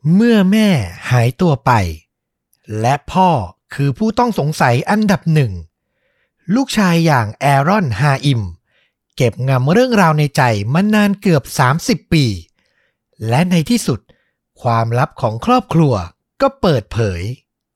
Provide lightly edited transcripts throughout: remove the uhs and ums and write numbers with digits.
เมื่อแม่หายตัวไปและพ่อคือผู้ต้องสงสัยอันดับหนึ่งลูกชายอย่างแอรอนฮาอิมเก็บงำเรื่องราวในใจมานานเกือบ30ปีและในที่สุดความลับของครอบครัวก็เปิดเผย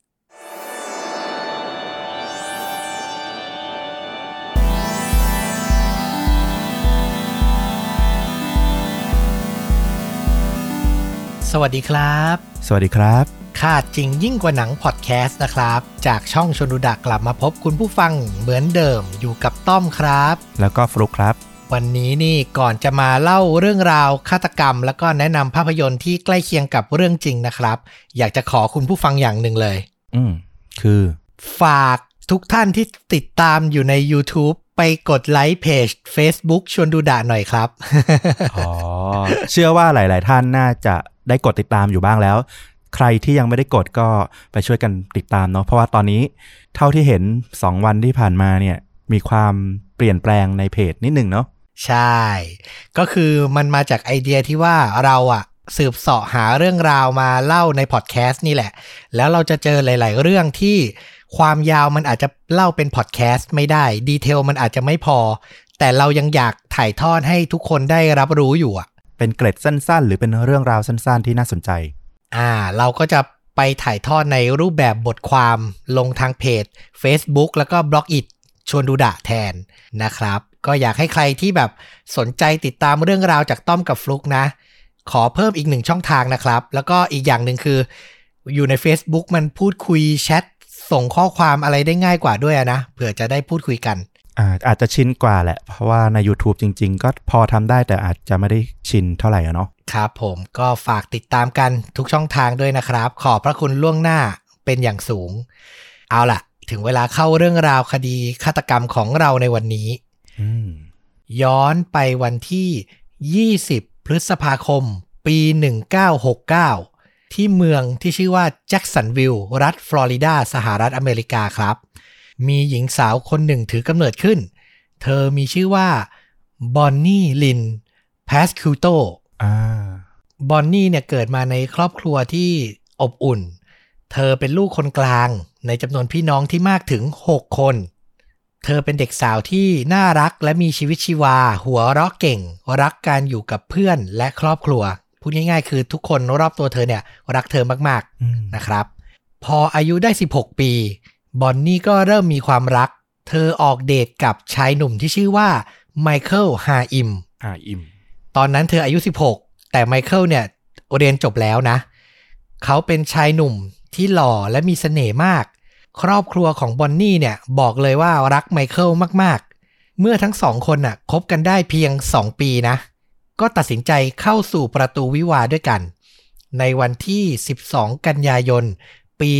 สวัสดีครับสวัสดีครับข่าวจริงยิ่งกว่าหนังพอดแคสต์นะครับจากช่องชนดูดะกลับมาพบคุณผู้ฟังเหมือนเดิมอยู่กับต้อมครับแล้วก็ฟลุ๊กครับวันนี้นี่ก่อนจะมาเล่าเรื่องราวฆาตกรรมแล้วก็แนะนำภาพยนตร์ที่ใกล้เคียงกับเรื่องจริงนะครับอยากจะขอคุณผู้ฟังอย่างหนึ่งเลยคือฝากทุกท่านที่ติดตามอยู่ใน YouTube ไปกดไลค์เพจ Facebook ชวนดูดะหน่อยครับเชื่อว่าหลายๆท่านน่าจะได้กดติดตามอยู่บ้างแล้วใครที่ยังไม่ได้กดก็ไปช่วยกันติดตามเนาะเพราะว่าตอนนี้เท่าที่เห็น2วันที่ผ่านมาเนี่ยมีความเปลี่ยนแปลงในเพจนิดนึงเนาะใช่ก็คือมันมาจากไอเดียที่ว่าเราสืบเสาะหาเรื่องราวมาเล่าในพอดแคสต์นี่แหละแล้วเราจะเจอหลายๆเรื่องที่ความยาวมันอาจจะเล่าเป็นพอดแคสต์ไม่ได้ดีเทลมันอาจจะไม่พอแต่เรายังอยากถ่ายทอดให้ทุกคนได้รับรู้อยู่เป็นเกร็ดสั้นๆหรือเป็นเรื่องราวสั้นๆที่น่าสนใจเราก็จะไปถ่ายทอดในรูปแบบบทความลงทางเพจ Facebook แล้วก็บล็อกอิทชวนดูดะแทนนะครับก็อยากให้ใครที่แบบสนใจติดตามเรื่องราวจากต้อมกับฟลุกนะขอเพิ่มอีก1ช่องทางนะครับแล้วก็อีกอย่างหนึ่งคืออยู่ใน Facebook มันพูดคุยแชทส่งข้อความอะไรได้ง่ายกว่าด้วยนะเผื่อจะได้พูดคุยกันอาจจะชินกว่าแหละเพราะว่าใน YouTube จริงๆก็พอทำได้แต่อาจจะไม่ได้ชินเท่าไหร่เนาะครับผมก็ฝากติดตามกันทุกช่องทางด้วยนะครับขอบพระคุณล่วงหน้าเป็นอย่างสูงเอาล่ะถึงเวลาเข้าเรื่องราวคดีฆาตกรรมของเราในวันนี้ย้อนไปวันที่20พฤษภาคมปี1969ที่เมืองที่ชื่อว่าแจ็คสันวิลล์รัฐฟลอริดาสหรัฐอเมริกาครับมีหญิงสาวคนหนึ่งถือกำเนิดขึ้นเธอมีชื่อว่าบอนนี่ลินแพสคิวโตบอนนี่เนี่ยเกิดมาในครอบครัวที่อบอุ่นเธอเป็นลูกคนกลางในจำนวนพี่น้องที่มากถึง6คนเธอเป็นเด็กสาวที่น่ารักและมีชีวิตชีวาหัวเราะเก่งรักการอยู่กับเพื่อนและครอบครัวพูดง่ายๆคือทุกคนรอบตัวเธอเนี่ยรักเธอมากๆนะครับพออายุได้16ปีบอนนี่ก็เริ่มมีความรักเธอออกเดทกับชายหนุ่มที่ชื่อว่าไมเคิลฮาอิมตอนนั้นเธออายุ16แต่ไมเคิลเนี่ยเรียนจบแล้วนะเขาเป็นชายหนุ่มที่หล่อและมีเสน่ห์มากครอบครัวของบอนนี่เนี่ยบอกเลยว่ารักไมเคิลมากๆเมื่อทั้งสองคนคบกันได้เพียง2ปีนะก็ตัดสินใจเข้าสู่ประตูวิวาห์ด้วยกันในวันที่12กันยายนปี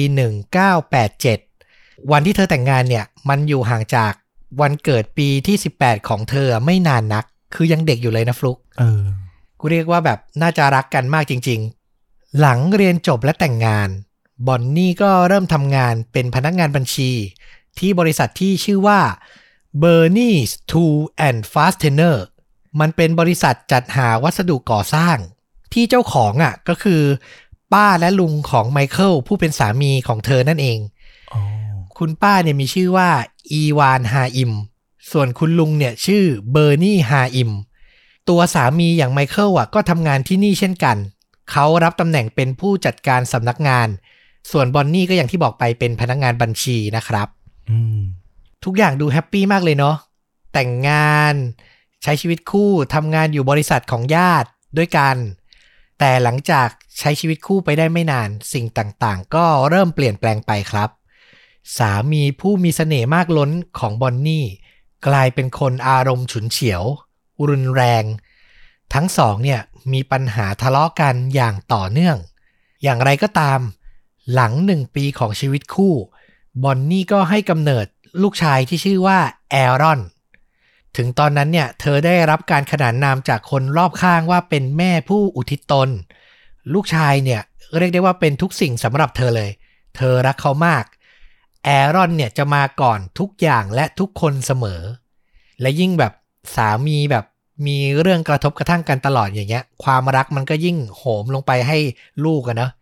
1987วันที่เธอแต่งงานเนี่ยมันอยู่ห่างจากวันเกิดปีที่18ของเธอไม่นานนักคือยังเด็กอยู่เลยนะฟลุ๊กกูเรียกว่าแบบน่าจะรักกันมากจริงๆหลังเรียนจบและแต่งงานบอนนี่ก็เริ่มทำงานเป็นพนักงานบัญชีที่บริษัทที่ชื่อว่า Bernie's Tool and Fastener มันเป็นบริษัทจัดหาวัสดุก่อสร้างที่เจ้าของก็คือป้าและลุงของไมเคิลผู้เป็นสามีของเธอนั่นเองคุณป้าเนี่ยมีชื่อว่าอีวานฮาอิมส่วนคุณลุงเนี่ยชื่อเบอร์นี่ฮาอิมตัวสามีอย่างไมเคิลก็ทำงานที่นี่เช่นกันเขารับตำแหน่งเป็นผู้จัดการสำนักงานส่วนบอนนี่ก็อย่างที่บอกไปเป็นพนักงานบัญชีนะครับทุกอย่างดูแฮปปี้มากเลยเนาะแต่งงานใช้ชีวิตคู่ทำงานอยู่บริษัทของญาติด้วยกันแต่หลังจากใช้ชีวิตคู่ไปได้ไม่นานสิ่งต่างๆก็เริ่มเปลี่ยนแปลงไปครับสามีผู้มีเสน่ห์มากล้นของบอนนี่กลายเป็นคนอารมณ์ฉุนเฉียวรุนแรงทั้งสองเนี่ยมีปัญหาทะเลาะกันอย่างต่อเนื่องอย่างไรก็ตามหลัง1ปีของชีวิตคู่บอนนี่ก็ให้กำเนิดลูกชายที่ชื่อว่าแอรอนถึงตอนนั้นเนี่ยเธอได้รับการขนานนามจากคนรอบข้างว่าเป็นแม่ผู้อุทิศตนลูกชายเนี่ยเรียกได้ว่าเป็นทุกสิ่งสำหรับเธอเลยเธอรักเขามากแอรอนเนี่ยจะมาก่อนทุกอย่างและทุกคนเสมอและยิ่งแบบสามีแบบมีเรื่องกระทบกระทั่งกันตลอดอย่างเงี้ยความรักมันก็ยิ่งโหมลงไปให้ลูกอะเนาะ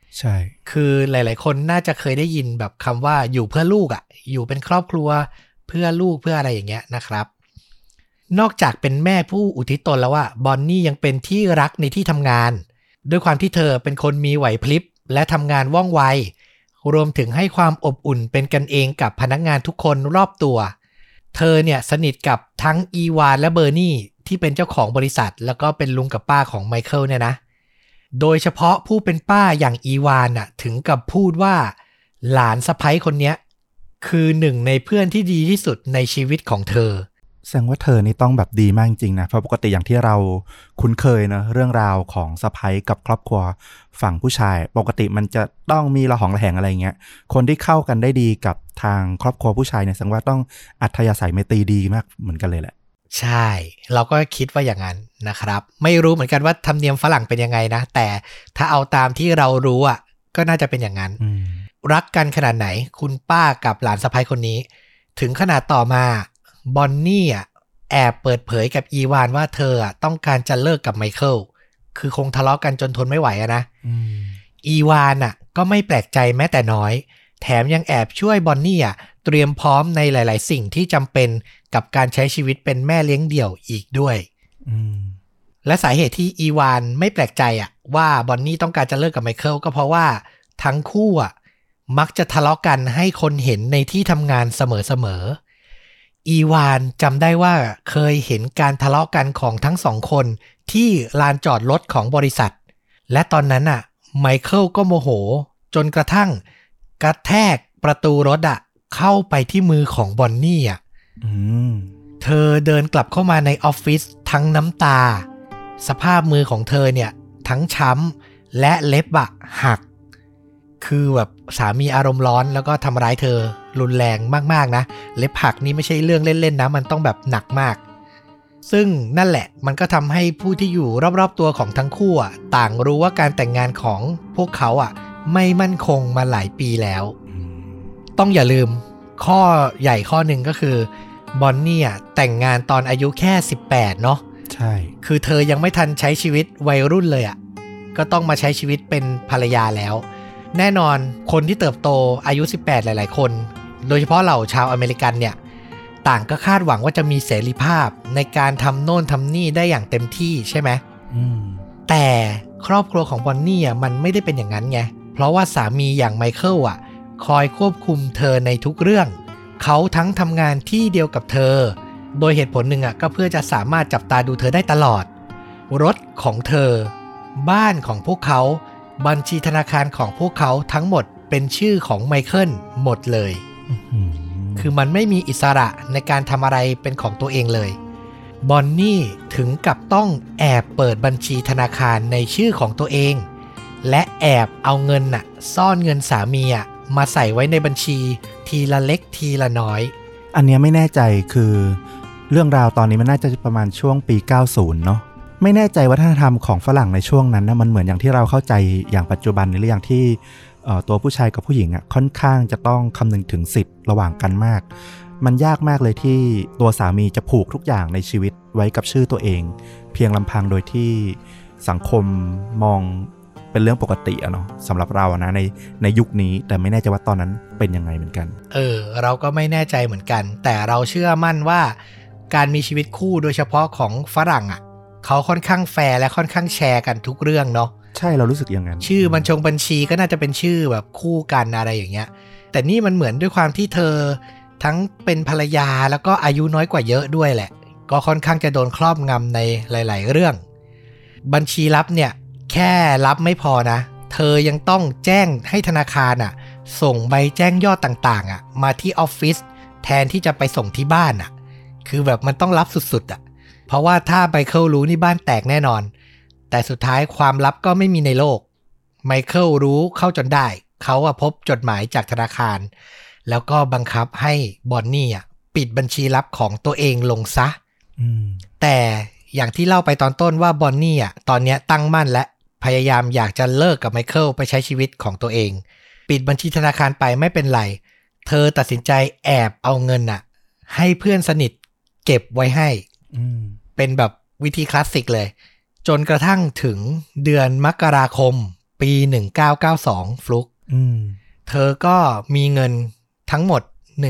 ใช่คือหลายๆคนน่าจะเคยได้ยินแบบคำว่าอยู่เพื่อลูกอ่ะอยู่เป็นครอบครัวเพื่อลูกเพื่ออะไรอย่างเงี้ยนะครับนอกจากเป็นแม่ผู้อุทิศตนแล้วว่าบอนนี่ยังเป็นที่รักในที่ทำงานด้วยความที่เธอเป็นคนมีไหวพริบและทำงานว่องไวรวมถึงให้ความอบอุ่นเป็นกันเองกับพนักงานทุกคนรอบตัวเธอเนี่ยสนิทกับทั้งอีวานและเบอร์นี่ที่เป็นเจ้าของบริษัทแล้วก็เป็นลุงกับป้าของไมเคิลเนี่ยนะโดยเฉพาะผู้เป็นป้าอย่างอีวานน่ะถึงกับพูดว่าหลานสะใภ้คนเนี้ยคือหนึ่งในเพื่อนที่ดีที่สุดในชีวิตของเธอแสดงว่าเธอนี่ต้องแบบดีมากจริงนะเพราะปกติอย่างที่เราคุ้นเคยนะเรื่องราวของสะใภ้กับครอบครัวฝั่งผู้ชายปกติมันจะต้องมีระหองระแหงอะไรเงี้ยคนที่เข้ากันได้ดีกับทางครอบครัวผู้ชายเนี่ยแสดงว่าต้องอัธยาศัยไมตรีดีมากเหมือนกันเลยแหละใช่เราก็คิดว่าอย่างนั้นนะครับไม่รู้เหมือนกันว่าธรรมเนียมฝรั่งเป็นยังไงนะแต่ถ้าเอาตามที่เรารู้อ่ะก็น่าจะเป็นอย่างนั้นรักกันขนาดไหนคุณป้ากับหลานสะใภ้คนนี้ถึงขนาดต่อมาบอนนี่อ่ะแอบเปิดเผยกับอีวานว่าเธอต้องการจะเลิกกับไมเคิลคือคงทะเลาะกันจนทนไม่ไหวอะนะอีวานอ่ะก็ไม่แปลกใจแม้แต่น้อยแถมยังแอบช่วยบอนนี่เตรียมพร้อมในหลายๆสิ่งที่จำเป็นกับการใช้ชีวิตเป็นแม่เลี้ยงเดี่ยวอีกด้วยและสาเหตุที่อีวานไม่แปลกใจว่าบอนนี่ต้องการจะเลิกกับไมเคิลก็เพราะว่าทั้งคู่มักจะทะเลาะกันให้คนเห็นในที่ทำงานเสมออีวานจำได้ว่าเคยเห็นการทะเลาะกันของทั้งสองคนที่ลานจอดรถของบริษัทและตอนนั้นไมเคิลก็โมโหจนกระทั่งกระแทกประตูรถเข้าไปที่มือของบอนนี่เธอเดินกลับเข้ามาในออฟฟิศทั้งน้ำตาสภาพมือของเธอเนี่ยทั้งช้ำและเล็บหักคือแบบสามีอารมณ์ร้อนแล้วก็ทำร้ายเธอรุนแรงมากๆนะเล็บหักนี่ไม่ใช่เรื่องเล่นๆนะมันต้องแบบหนักมากซึ่งนั่นแหละมันก็ทำให้ผู้ที่อยู่รอบๆตัวของทั้งคู่ต่างรู้ว่าการแต่งงานของพวกเขาไม่มั่นคงมาหลายปีแล้วต้องอย่าลืมข้อใหญ่ข้อหนึ่งก็คือบอนนี่แต่งงานตอนอายุแค่18เนาะใช่คือเธอยังไม่ทันใช้ชีวิตวัยรุ่นเลยก็ต้องมาใช้ชีวิตเป็นภรรยาแล้วแน่นอนคนที่เติบโตอายุ18หลายๆคนโดยเฉพาะเหล่าชาวอเมริกันเนี่ยต่างก็คาดหวังว่าจะมีเสรีภาพในการทำโน่นทำนี่ได้อย่างเต็มที่ใช่ไหมแต่ครอบครัวของบอนนี่มันไม่ได้เป็นอย่างนั้นไงเพราะว่าสามีอย่างไมเคิลคอยควบคุมเธอในทุกเรื่องเขาทั้งทำงานที่เดียวกับเธอโดยเหตุผลหนึ่งก็เพื่อจะสามารถจับตาดูเธอได้ตลอดรถของเธอบ้านของพวกเขาบัญชีธนาคารของพวกเขาทั้งหมดเป็นชื่อของไมเคิลหมดเลยคือมันไม่มีอิสระในการทำอะไรเป็นของตัวเองเลยบอนนี่ถึงกับต้องแอบเปิดบัญชีธนาคารในชื่อของตัวเองและแอบเอาเงินซ่อนเงินสามีมาใส่ไว้ในบัญชีทีละเล็กทีละน้อยอันนี้ไม่แน่ใจคือเรื่องราวตอนนี้มันน่าจะประมาณช่วงปี90เนาะไม่แน่ใจวัฒนธรรมของฝรั่งในช่วงนั้นนะมันเหมือนอย่างที่เราเข้าใจอย่างปัจจุบันหรืออย่างที่ตัวผู้ชายกับผู้หญิงค่อนข้างจะต้องคำนึงถึงสิทธิ์ระหว่างกันมากมันยากมากเลยที่ตัวสามีจะผูกทุกอย่างในชีวิตไว้กับชื่อตัวเองเพียงลำพังโดยที่สังคมมองเป็นเรื่องปกติเนาะสำหรับเรานะในยุคนี้แต่ไม่แน่ใจว่าตอนนั้นเป็นยังไงเหมือนกันเราก็ไม่แน่ใจเหมือนกันแต่เราเชื่อมั่นว่าการมีชีวิตคู่โดยเฉพาะของฝรั่งเขาค่อนข้างแฟร์และค่อนข้างแชร์กันทุกเรื่องเนาะใช่เรารู้สึกอย่างนั้นชื่อบัญชีก็น่าจะเป็นชื่อแบบคู่กันอะไรอย่างเงี้ยแต่นี่มันเหมือนด้วยความที่เธอทั้งเป็นภรรยาแล้วก็อายุน้อยกว่าเยอะด้วยแหละก็ค่อนข้างจะโดนครอบงำในหลายๆเรื่องบัญชีลับเนี่ยแค่รับไม่พอนะเธอยังต้องแจ้งให้ธนาคารส่งใบแจ้งยอดต่างๆมาที่ออฟฟิศแทนที่จะไปส่งที่บ้านคือแบบมันต้องลับสุดๆเพราะว่าถ้าไมเคิลรู้นี่บ้านแตกแน่นอนแต่สุดท้ายความลับก็ไม่มีในโลกไมเคิลรู้เข้าจนได้เขาพบจดหมายจากธนาคารแล้วก็บังคับให้บอนนี่ปิดบัญชีลับของตัวเองลงซะแต่อย่างที่เล่าไปตอนต้นว่าบอนนี่ตอนนี้ตั้งมั่นและพยายามอยากจะเลิกกับไมเคิลไปใช้ชีวิตของตัวเองปิดบัญชีธนาคารไปไม่เป็นไรเธอตัดสินใจแอบเอาเงินให้เพื่อนสนิทเก็บไว้ให้เป็นแบบวิธีคลาสสิกเลยจนกระทั่งถึงเดือนมกราคมปี1992ฟลุกเธอก็มีเงินทั้งหมด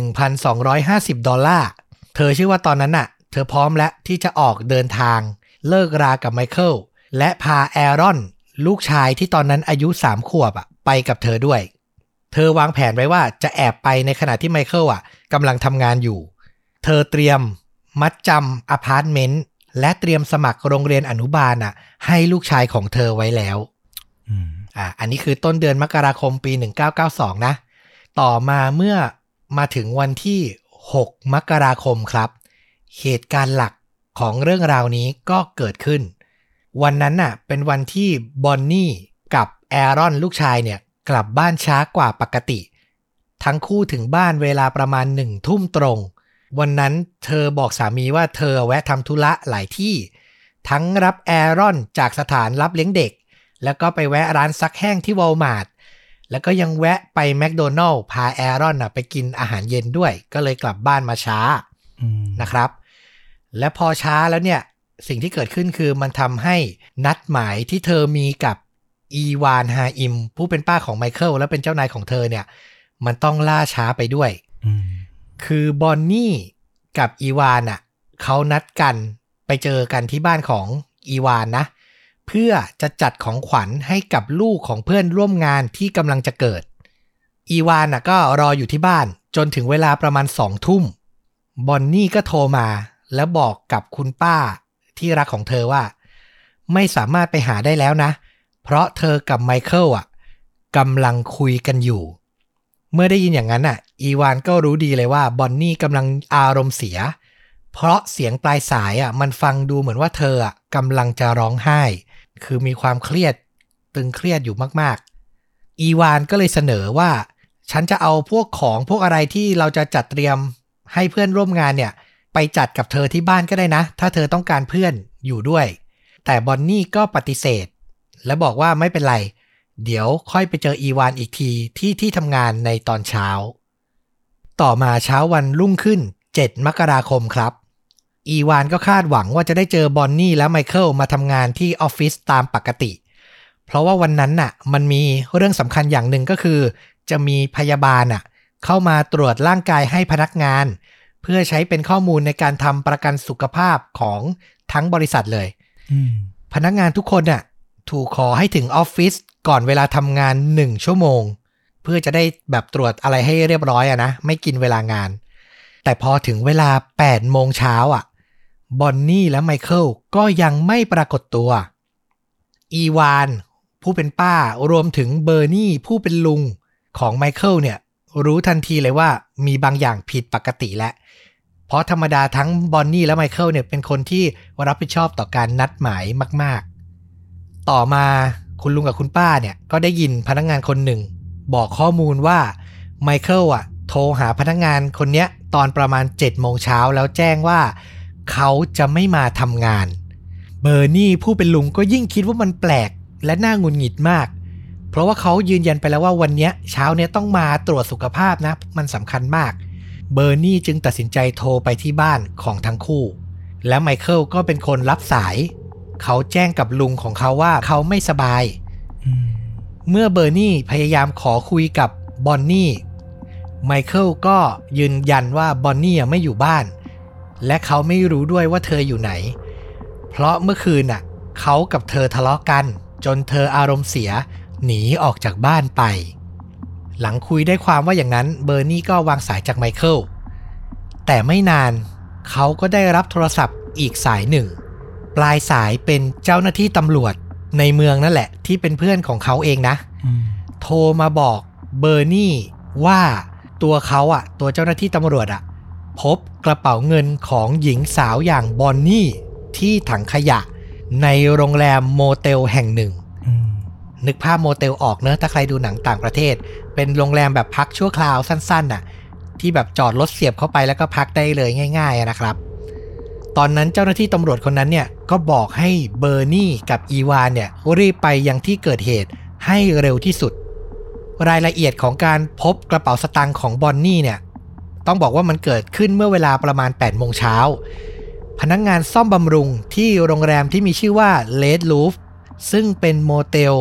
$1,250 เธอชื่อว่าตอนนั้นน่ะเธอพร้อมแล้วที่จะออกเดินทางเลิกรากับไมเคิลและพาแอรอนลูกชายที่ตอนนั้นอายุ3 ขวบไปกับเธอด้วยเธอวางแผนไว้ว่าจะแอบไปในขณะที่ไมเคิลกำลังทำงานอยู่เธอเตรียมมัดจำอพาร์ตเมนต์และเตรียมสมัครโรงเรียนอนุบาลให้ลูกชายของเธอไว้แล้วอันนี้คือต้นเดือนมกราคมปี1992นะต่อมาเมื่อมาถึงวันที่6 มกราคมครับเหตุการณ์หลักของเรื่องราวนี้ก็เกิดขึ้นวันนั้นเป็นวันที่บอนนี่กับแอรอนลูกชายเนี่ยกลับบ้านช้ากว่าปกติทั้งคู่ถึงบ้านเวลาประมาณ1 ทุ่มตรงวันนั้นเธอบอกสามีว่าเธอแวะทำธุระหลายที่ทั้งรับแอรอนจากสถานรับเลี้ยงเด็กแล้วก็ไปแวะร้านซักแห้งที่วอลมาร์ทแล้วก็ยังแวะไปแมคโดนัลด์พาแอรอนไปกินอาหารเย็นด้วยก็เลยกลับบ้านมาช้านะครับและพอช้าแล้วเนี่ยสิ่งที่เกิดขึ้นคือมันทำให้นัดหมายที่เธอมีกับอีวานฮาอิมผู้เป็นป้าของไมเคิลและเป็นเจ้านายของเธอเนี่ยมันต้องล่าช้าไปด้วยคือบอนนี่กับอีวานเขานัดกันไปเจอกันที่บ้านของอีวานนะเพื่อจะจัดของขวัญให้กับลูกของเพื่อนร่วมงานที่กำลังจะเกิดอีวานก็รออยู่ที่บ้านจนถึงเวลาประมาณ2 ทุ่มบอนนี่ก็โทรมาแล้วบอกกับคุณป้าที่รักของเธอว่าไม่สามารถไปหาได้แล้วนะเพราะเธอกับไมเคิลกำลังคุยกันอยู่เมื่อได้ยินอย่างนั้นอีวานก็รู้ดีเลยว่าบอนนี่กำลังอารมณ์เสียเพราะเสียงปลายสายมันฟังดูเหมือนว่าเธอกำลังจะร้องไห้คือมีความเครียดตึงเครียดอยู่มากๆอีวานก็เลยเสนอว่าฉันจะเอาพวกอะไรที่เราจะจัดเตรียมให้เพื่อนร่วมงานเนี่ยไปจัดกับเธอที่บ้านก็ได้นะถ้าเธอต้องการเพื่อนอยู่ด้วยแต่บอนนี่ก็ปฏิเสธและบอกว่าไม่เป็นไรเดี๋ยวค่อยไปเจออีวานอีกทีที่ทำงานในตอนเช้าต่อมาเช้าวันรุ่งขึ้น7 มกราคมครับอีวานก็คาดหวังว่าจะได้เจอบอนนี่และไมเคิลมาทำงานที่ออฟฟิศตามปกติเพราะว่าวันนั้นมันมีเรื่องสำคัญอย่างหนึ่งก็คือจะมีพยาบาลเข้ามาตรวจร่างกายให้พนักงานเพื่อใช้เป็นข้อมูลในการทำประกันสุขภาพของทั้งบริษัทเลยพนักงานทุกคนถูกขอให้ถึงออฟฟิศก่อนเวลาทำงาน1 ชั่วโมงเพื่อจะได้แบบตรวจอะไรให้เรียบร้อยนะไม่กินเวลางานแต่พอถึงเวลา8 โมงเช้าบอนนี่และไมเคิลก็ยังไม่ปรากฏตัวอีวานผู้เป็นป้ารวมถึงเบอร์นี่ผู้เป็นลุงของไมเคิลเนี่ยรู้ทันทีเลยว่ามีบางอย่างผิดปกติแล้วเพราะธรรมดาทั้งบอนนี่และไมเคิลเนี่ยเป็นคนที่รับผิดชอบต่อการนัดหมายมากๆต่อมาคุณลุงกับคุณป้าเนี่ยก็ได้ยินพนักงานคนหนึ่งบอกข้อมูลว่าไมเคิลโทรหาพนักงานคนนี้ตอนประมาณ7 โมงเช้าแล้วแจ้งว่าเขาจะไม่มาทำงานเบอร์นี่ผู้เป็นลุงก็ยิ่งคิดว่ามันแปลกและน่าหงุดหงิดมากเพราะว่าเขายืนยันไปแล้วว่าวันนี้เช้านี้ต้องมาตรวจสุขภาพนะมันสำคัญมากเบอร์นี่จึงตัดสินใจโทรไปที่บ้านของทั้งคู่และไมเคิลก็เป็นคนรับสายเขาแจ้งกับลุงของเขาว่าเขาไม่สบายเมื่อเบอร์นี่พยายามขอคุยกับบอนนี่ไมเคิลก็ยืนยันว่าบอนนี่ไม่อยู่บ้านและเขาไม่รู้ด้วยว่าเธออยู่ไหนเพราะเมื่อคืนเขากับเธอทะเลาะกันจนเธออารมณ์เสียหนีออกจากบ้านไปหลังคุยได้ความว่าอย่างนั้นเบอร์นี่ก็วางสายจากไมเคิลแต่ไม่นานเขาก็ได้รับโทรศัพท์อีกสายหนึ่งปลายสายเป็นเจ้าหน้าที่ตำรวจในเมืองนั่นแหละที่เป็นเพื่อนของเขาเองนะโทรมาบอกเบอร์นี่ว่าตัวเขาตัวเจ้าหน้าที่ตำรวจพบกระเป๋าเงินของหญิงสาวอย่างบอนนี่ที่ถังขยะในโรงแรมโมเตลแห่งหนึ่งนึกภาพโมเตลออกเนอะถ้าใครดูหนังต่างประเทศเป็นโรงแรมแบบพักชั่วคราวสั้นๆที่แบบจอดรถเสียบเข้าไปแล้วก็พักได้เลยง่ายๆนะครับตอนนั้นเจ้าหน้าที่ตำรวจคนนั้นเนี่ยก็บอกให้เบอร์นี่กับอีวานเนี่ยรีบไปยังที่เกิดเหตุให้เร็วที่สุดรายละเอียดของการพบกระเป๋าสตางค์ของบอนนี่เนี่ยต้องบอกว่ามันเกิดขึ้นเมื่อเวลาประมาณ8 โมงเช้าพนักงานซ่อมบำรุงที่โรงแรมที่มีชื่อว่าเลดลูฟซึ่งเป็นโมเตล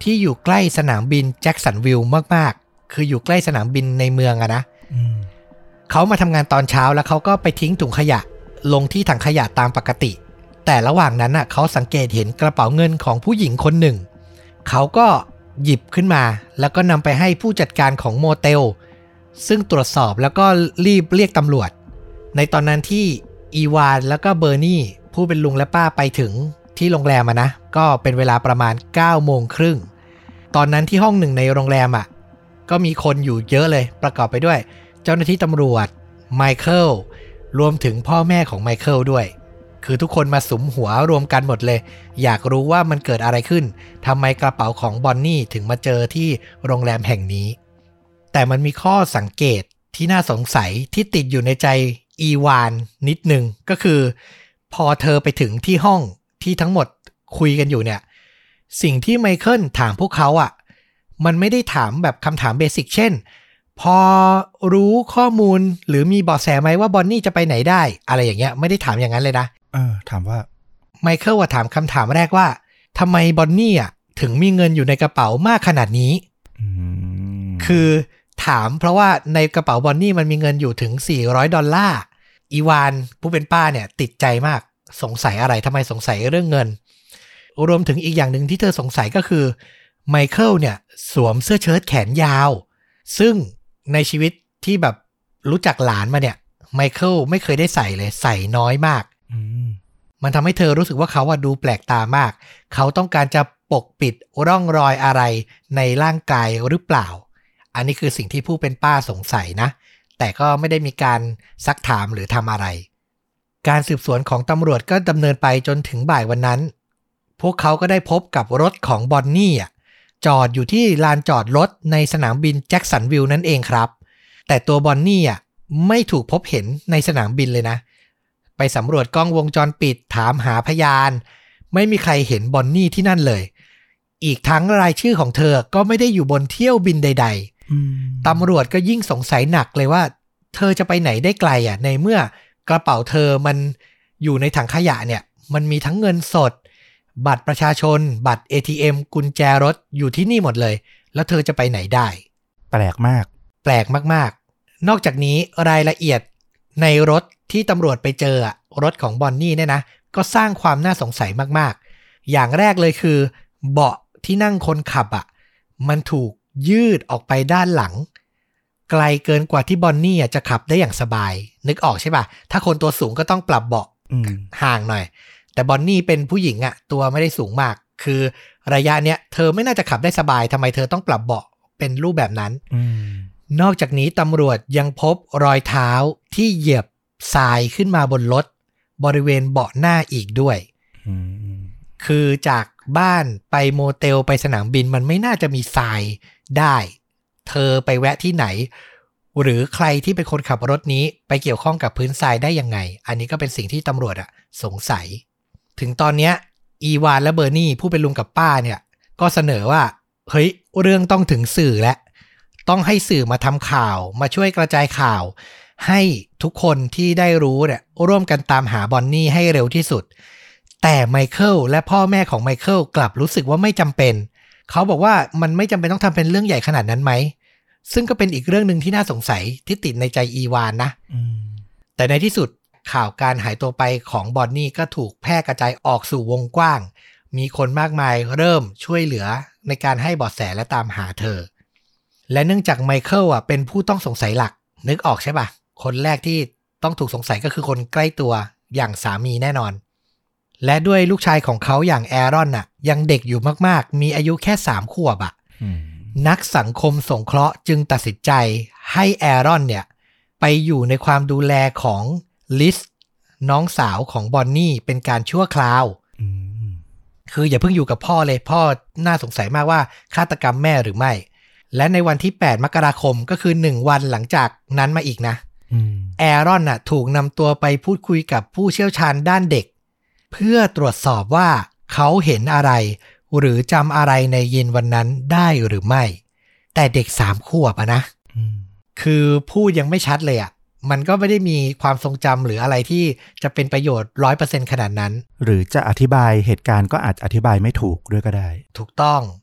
ที่อยู่ใกล้สนามบินแจ็คสันวิลล์มากๆคืออยู่ใกล้สนามบินในเมืองอะนะเขามาทำงานตอนเช้าแล้วเขาก็ไปทิ้งถุงขยะลงที่ถังขยะตามปกติแต่ระหว่างนั้นน่ะเขาสังเกตเห็นกระเป๋าเงินของผู้หญิงคนหนึ่งเขาก็หยิบขึ้นมาแล้วก็นำไปให้ผู้จัดการของโมเตลซึ่งตรวจสอบแล้วก็รีบเรียกตำรวจในตอนนั้นที่อีวานแล้วก็เบอร์นี่ผู้เป็นลุงและป้าไปถึงที่โรงแรมนะก็เป็นเวลาประมาณ 9:30 น.ตอนนั้นที่ห้องหนึ่งในโรงแรมก็มีคนอยู่เยอะเลยประกอบไปด้วยเจ้าหน้าที่ตำรวจไมเคิลรวมถึงพ่อแม่ของไมเคิลด้วยคือทุกคนมาสุมหัวรวมกันหมดเลยอยากรู้ว่ามันเกิดอะไรขึ้นทำไมกระเป๋าของบอนนี่ถึงมาเจอที่โรงแรมแห่งนี้แต่มันมีข้อสังเกตที่น่าสงสัยที่ติดอยู่ในใจอีวานนิดนึงก็คือพอเธอไปถึงที่ห้องที่ทั้งหมดคุยกันอยู่เนี่ยสิ่งที่ไมเคิลถามพวกเขามันไม่ได้ถามแบบคำถามเบสิกเช่นพอรู้ข้อมูลหรือมีเบาะแสไหมว่าบอนนี่จะไปไหนได้อะไรอย่างเงี้ยไม่ได้ถามอย่างนั้นเลยนะถามว่าไมเคิลถามคำถามแรกว่าทำไมบอนนี่ถึงมีเงินอยู่ในกระเป๋ามากขนาดนี้คือถามเพราะว่าในกระเป๋าบอนนี่มันมีเงินอยู่ถึง$400อีวานผู้เป็นป้าเนี่ยติดใจมากสงสัยอะไรทำไมสงสัยเรื่องเงินรวมถึงอีกอย่างหนึ่งที่เธอสงสัยก็คือไมเคิลเนี่ยสวมเสื้อเชิ้ตแขนยาวซึ่งในชีวิตที่แบบรู้จักหลานมาเนี่ยไมเคิลไม่เคยได้ใส่เลยใส่น้อยมากมันทำให้เธอรู้สึกว่าเขาดูแปลกตามากเขาต้องการจะปกปิดร่องรอยอะไรในร่างกายหรือเปล่าอันนี้คือสิ่งที่ผู้เป็นป้าสงสัยนะแต่ก็ไม่ได้มีการซักถามหรือทำอะไรการสืบสวนของตำรวจก็ดำเนินไปจนถึงบ่ายวันนั้นพวกเขาก็ได้พบกับรถของบอนนี่จอดอยู่ที่ลานจอดรถในสนามบินแจ็คสันวิลล์นั่นเองครับแต่ตัวบอนนี่ไม่ถูกพบเห็นในสนามบินเลยนะไปสำรวจกล้องวงจรปิดถามหาพยานไม่มีใครเห็นบอนนี่ที่นั่นเลยอีกทั้งรายชื่อของเธอก็ไม่ได้อยู่บนเที่ยวบินใดๆตำรวจก็ยิ่งสงสัยหนักเลยว่าเธอจะไปไหนได้ไกลในเมื่อกระเป๋าเธอมันอยู่ในถังขยะเนี่ยมันมีทั้งเงินสดบัตรประชาชนบัตร ATM กุญแจรถอยู่ที่นี่หมดเลยแล้วเธอจะไปไหนได้แปลกมากแปลกมากๆนอกจากนี้รายละเอียดในรถที่ตำรวจไปเจอรถของบอนนี่เนี่ยนะก็สร้างความน่าสงสัยมากๆอย่างแรกเลยคือเบาะที่นั่งคนขับมันถูกยืดออกไปด้านหลังไกลเกินกว่าที่บอนนี่จะขับได้อย่างสบายนึกออกใช่ป่ะถ้าคนตัวสูงก็ต้องปรับเบาะห่างหน่อยแต่บอนนี่เป็นผู้หญิงตัวไม่ได้สูงมากคือระยะเนี้ยเธอไม่น่าจะขับได้สบายทำไมเธอต้องปรับเบาะเป็นรูปแบบนั้นนอกจากนี้ตำรวจยังพบรอยเท้าที่เหยียบทรายขึ้นมาบนรถบริเวณเบาะหน้าอีกด้วยคือจากบ้านไปโมเตลไปสนามบินมันไม่น่าจะมีทรายได้เธอไปแวะที่ไหนหรือใครที่เป็นคนขับรถนี้ไปเกี่ยวข้องกับพื้นทรายได้ยังไงอันนี้ก็เป็นสิ่งที่ตำรวจสงสัยถึงตอนนี้อีวานและเบอร์นี่ผู้เป็นลุงกับป้าเนี่ยก็เสนอว่าเฮ้ยเรื่องต้องถึงสื่อแล้วต้องให้สื่อมาทำข่าวมาช่วยกระจายข่าวให้ทุกคนที่ได้รู้เนี่ยร่วมกันตามหาบอนนี่ให้เร็วที่สุดแต่ไมเคิลและพ่อแม่ของไมเคิลกลับรู้สึกว่าไม่จำเป็นเขาบอกว่ามันไม่จำเป็นต้องทำเป็นเรื่องใหญ่ขนาดนั้นไหมซึ่งก็เป็นอีกเรื่องนึงที่น่าสงสัยที่ติดในใจอีวานนะแต่ในที่สุดข่าวการหายตัวไปของบอนนี่ก็ถูกแพร่กระจายออกสู่วงกว้างมีคนมากมายเริ่มช่วยเหลือในการให้เบาะแสและตามหาเธอและเนื่องจากไมเคิลเป็นผู้ต้องสงสัยหลักนึกออกใช่ป่ะคนแรกที่ต้องถูกสงสัยก็คือคนใกล้ตัวอย่างสามีแน่นอนและด้วยลูกชายของเขาอย่างแอรอนยังเด็กอยู่มากๆมีอายุแค่3 ขวบนักสังคมสงเคราะห์จึงตัดสินใจให้แอรอนเนี่ยไปอยู่ในความดูแลของลิสน้องสาวของบอนนี่เป็นการชั่วคราวคืออย่าเพิ่งอยู่กับพ่อเลยพ่อน่าสงสัยมากว่าฆาตกรรมแม่หรือไม่และในวันที่8 มกราคมก็คือ1 วันหลังจากนั้นมาอีกนะแอรอนถูกนำตัวไปพูดคุยกับผู้เชี่ยวชาญด้านเด็กเพื่อตรวจสอบว่าเขาเห็นอะไรหรือจำอะไรในเย็นวันนั้นได้หรือไม่แต่เด็ก3 ขวบนะคือพูดยังไม่ชัดเลยมันก็ไม่ได้มีความทรงจำหรืออะไรที่จะเป็นประโยชน์ 100% ขนาดนั้นหรือจะอธิบายเหตุการณ์ก็อาจอธิบายไม่ถูกด้วยก็ได้ถูกต้อง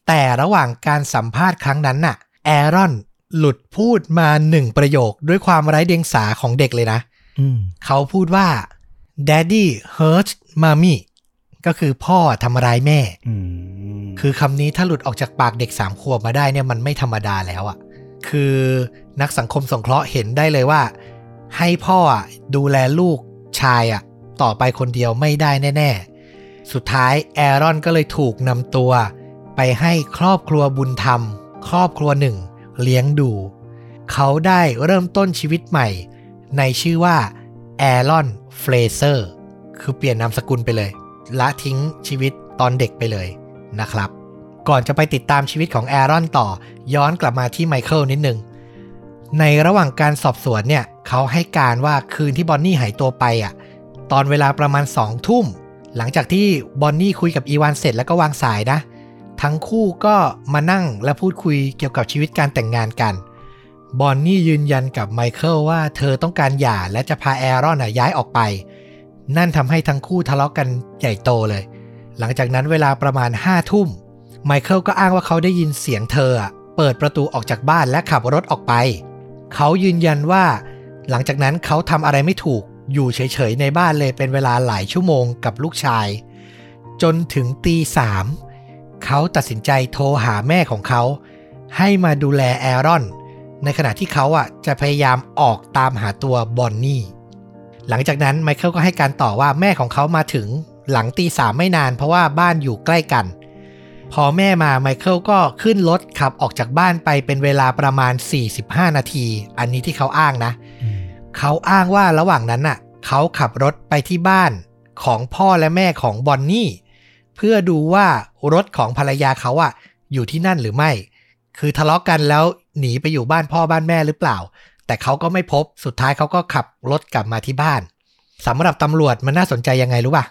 แต่ระหว่างการสัมภาษณ์ครั้งนั้นน่ะแอรอนหลุดพูดมา1ประโยคด้วยความไร้เดียงสาของเด็กเลยนะเขาพูดว่า Daddy hurt mommy ก็คือพ่อทำร้ายแม่คือคำนี้ถ้าหลุดออกจากปากเด็ก3 ขวบมาได้เนี่ยมันไม่ธรรมดาแล้วอ่ะคือนักสังคมสงเคราะห์เห็นได้เลยว่าให้พ่อดูแลลูกชายต่อไปคนเดียวไม่ได้แน่ๆสุดท้ายแอรอนก็เลยถูกนำตัวไปให้ครอบครัวบุญธรรมครอบครัวหนึ่งเลี้ยงดูเขาได้เริ่มต้นชีวิตใหม่ในชื่อว่าแอรอนเฟรเซอร์คือเปลี่ยนนามสกุลไปเลยละทิ้งชีวิตตอนเด็กไปเลยนะครับก่อนจะไปติดตามชีวิตของแอรอนต่อย้อนกลับมาที่ไมเคิลนิดนึงในระหว่างการสอบสวนเนี่ยเขาให้การว่าคืนที่บอนนี่หายตัวไปตอนเวลาประมาณ20 ทุ่มหลังจากที่บอนนี่คุยกับอีวานเสร็จแล้วก็วางสายนะทั้งคู่ก็มานั่งและพูดคุยเกี่ยวกับชีวิตการแต่งงานกันบอนนี่ยืนยันกับไมเคิลว่าเธอต้องการหย่าและจะพาแอรอนย้ายออกไปนั่นทำให้ทั้งคู่ทะเลาะกันใหญ่โตเลยหลังจากนั้นเวลาประมาณ5 ทุ่มไมเคิลก็อ้างว่าเขาได้ยินเสียงเธอเปิดประตูออกจากบ้านและขับรถออกไปเขายืนยันว่าหลังจากนั้นเขาทำอะไรไม่ถูกอยู่เฉยๆในบ้านเลยเป็นเวลาหลายชั่วโมงกับลูกชายจนถึงตี 3เขาตัดสินใจโทรหาแม่ของเขาให้มาดูแลแอรอนในขณะที่เขาจะพยายามออกตามหาตัวบอนนี่หลังจากนั้นไมเคิลก็ให้การต่อว่าแม่ของเขามาถึงหลังตี 3ไม่นานเพราะว่าบ้านอยู่ใกล้กันพอแม่มาไมเคิลก็ขึ้นรถขับออกจากบ้านไปเป็นเวลาประมาณ45 นาทีอันนี้ที่เขาอ้างนะเขาอ้างว่าระหว่างนั้นเขาขับรถไปที่บ้านของพ่อและแม่ของบอนนี่เพื่อดูว่ารถของภรรยาเขาอยู่ที่นั่นหรือไม่คือทะเลาะกันแล้วหนีไปอยู่บ้านพ่อบ้านแม่หรือเปล่าแต่เขาก็ไม่พบสุดท้ายเขาก็ขับรถกลับมาที่บ้านสำหรับตำรวจมันน่าสนใจยังไงรู้ป่ะ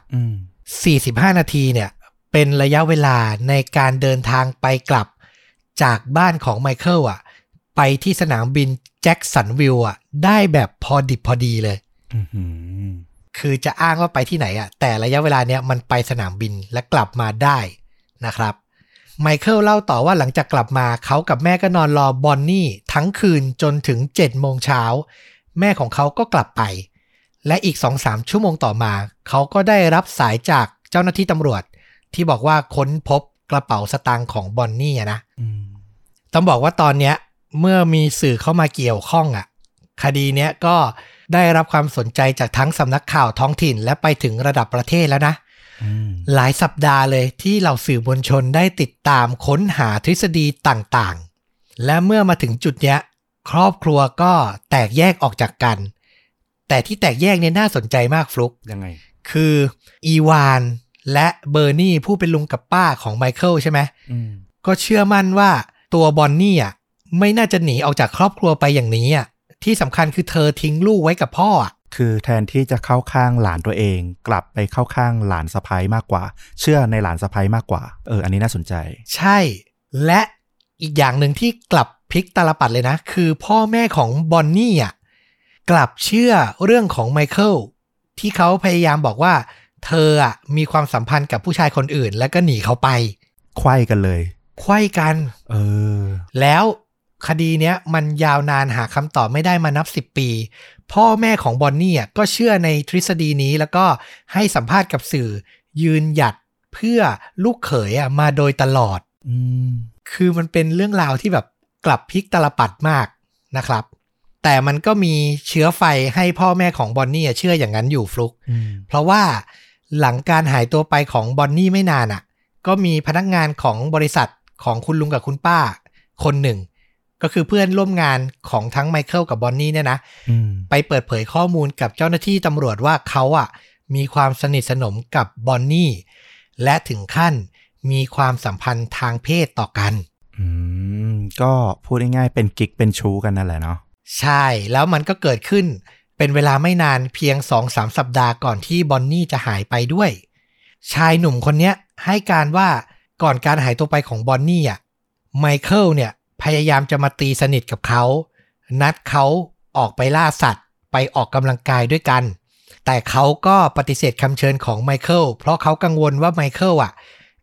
45 นาทีเนี่ยเป็นระยะเวลาในการเดินทางไปกลับจากบ้านของไมเคิลไปที่สนามบินแจ็คสันวิลล์ได้แบบพอดิบพอดีเลยคือจะอ้างว่าไปที่ไหนแต่ระยะเวลาเนี้ยมันไปสนามบินและกลับมาได้นะครับไมเคิลเล่าต่อว่าหลังจากกลับมาเขากับแม่ก็นอนรอบอนนี่ทั้งคืนจนถึง7 โมงเช้าแม่ของเขาก็กลับไปและอีก 2-3 ชั่วโมงต่อมาเขาก็ได้รับสายจากเจ้าหน้าที่ตำรวจที่บอกว่าค้นพบกระเป๋าสตางค์ของบอนนี่นะต้องบอกว่าตอนเนี้ยเมื่อมีสื่อเข้ามาเกี่ยวข้องคดีเนี้ยก็ได้รับความสนใจจากทั้งสำนักข่าวท้องถิ่นและไปถึงระดับประเทศแล้วนะหลายสัปดาห์เลยที่เหล่าสื่อมวลชนได้ติดตามค้นหาทฤษฎีต่างๆและเมื่อมาถึงจุดเนี้ยครอบครัวก็แตกแยกออกจากกันแต่ที่แตกแยกเนี่ยน่าสนใจมากฟลุกยังไงคืออีวานและเบอร์นี่ผู้เป็นลุงกับป้าของไมเคิลใช่ไหมก็เชื่อมั่นว่าตัวบอนนี่ไม่น่าจะหนีออกจากครอบครัวไปอย่างนี้ที่สำคัญคือเธอทิ้งลูกไว้กับพ่อคือแทนที่จะเข้าข้างหลานตัวเองกลับไปเข้าข้างหลานสะใภ้มากกว่าเชื่อในหลานสะใภ้มากกว่าอันนี้น่าสนใจใช่และอีกอย่างหนึ่งที่กลับพลิกตาลปัดเลยนะคือพ่อแม่ของบอนนี่กลับเชื่อเรื่องของไมเคิลที่เขาพยายามบอกว่าเธอมีความสัมพันธ์กับผู้ชายคนอื่นแล้วก็หนีเขาไปไขว้กันเลยไขว้กันแล้วคดีเนี้ยมันยาวนานหาคำตอบไม่ได้มานับ10 ปีพ่อแม่ของบอนนี่ก็เชื่อในทฤษฎีนี้แล้วก็ให้สัมภาษณ์กับสื่อยืนหยัดเพื่อลูกเขยมาโดยตลอดคือมันเป็นเรื่องราวที่แบบกลับพลิกตาลปัดมากนะครับแต่มันก็มีเชื้อไฟให้พ่อแม่ของบอนนี่เชื่ออย่างนั้นอยู่ฟลุกเพราะว่าหลังการหายตัวไปของบอนนี่ไม่นานก็มีพนักงานของบริษัทของคุณลุงกับคุณป้าคนหนึ่งก็คือเพื่อนร่วมงานของทั้งไมเคิลกับบอนนี่เนี่ยนะไปเปิดเผยข้อมูลกับเจ้าหน้าที่ตำรวจว่าเขามีความสนิทสนมกับบอนนี่และถึงขั้นมีความสัมพันธ์ทางเพศต่อกันก็พูดง่ายๆเป็นกิ๊กเป็นชู้กันนั่นแหละเนาะใช่แล้วมันก็เกิดขึ้นเป็นเวลาไม่นานเพียง 2-3 สัปดาห์ก่อนที่บอนนี่จะหายไปด้วยชายหนุ่มคนนี้ให้การว่าก่อนการหายตัวไปของบอนนี่ไมเคิลเนี่ยพยายามจะมาตีสนิทกับเขานัดเขาออกไปล่าสัตว์ไปออกกำลังกายด้วยกันแต่เขาก็ปฏิเสธคำเชิญของไมเคิลเพราะเขากังวลว่าไมเคิล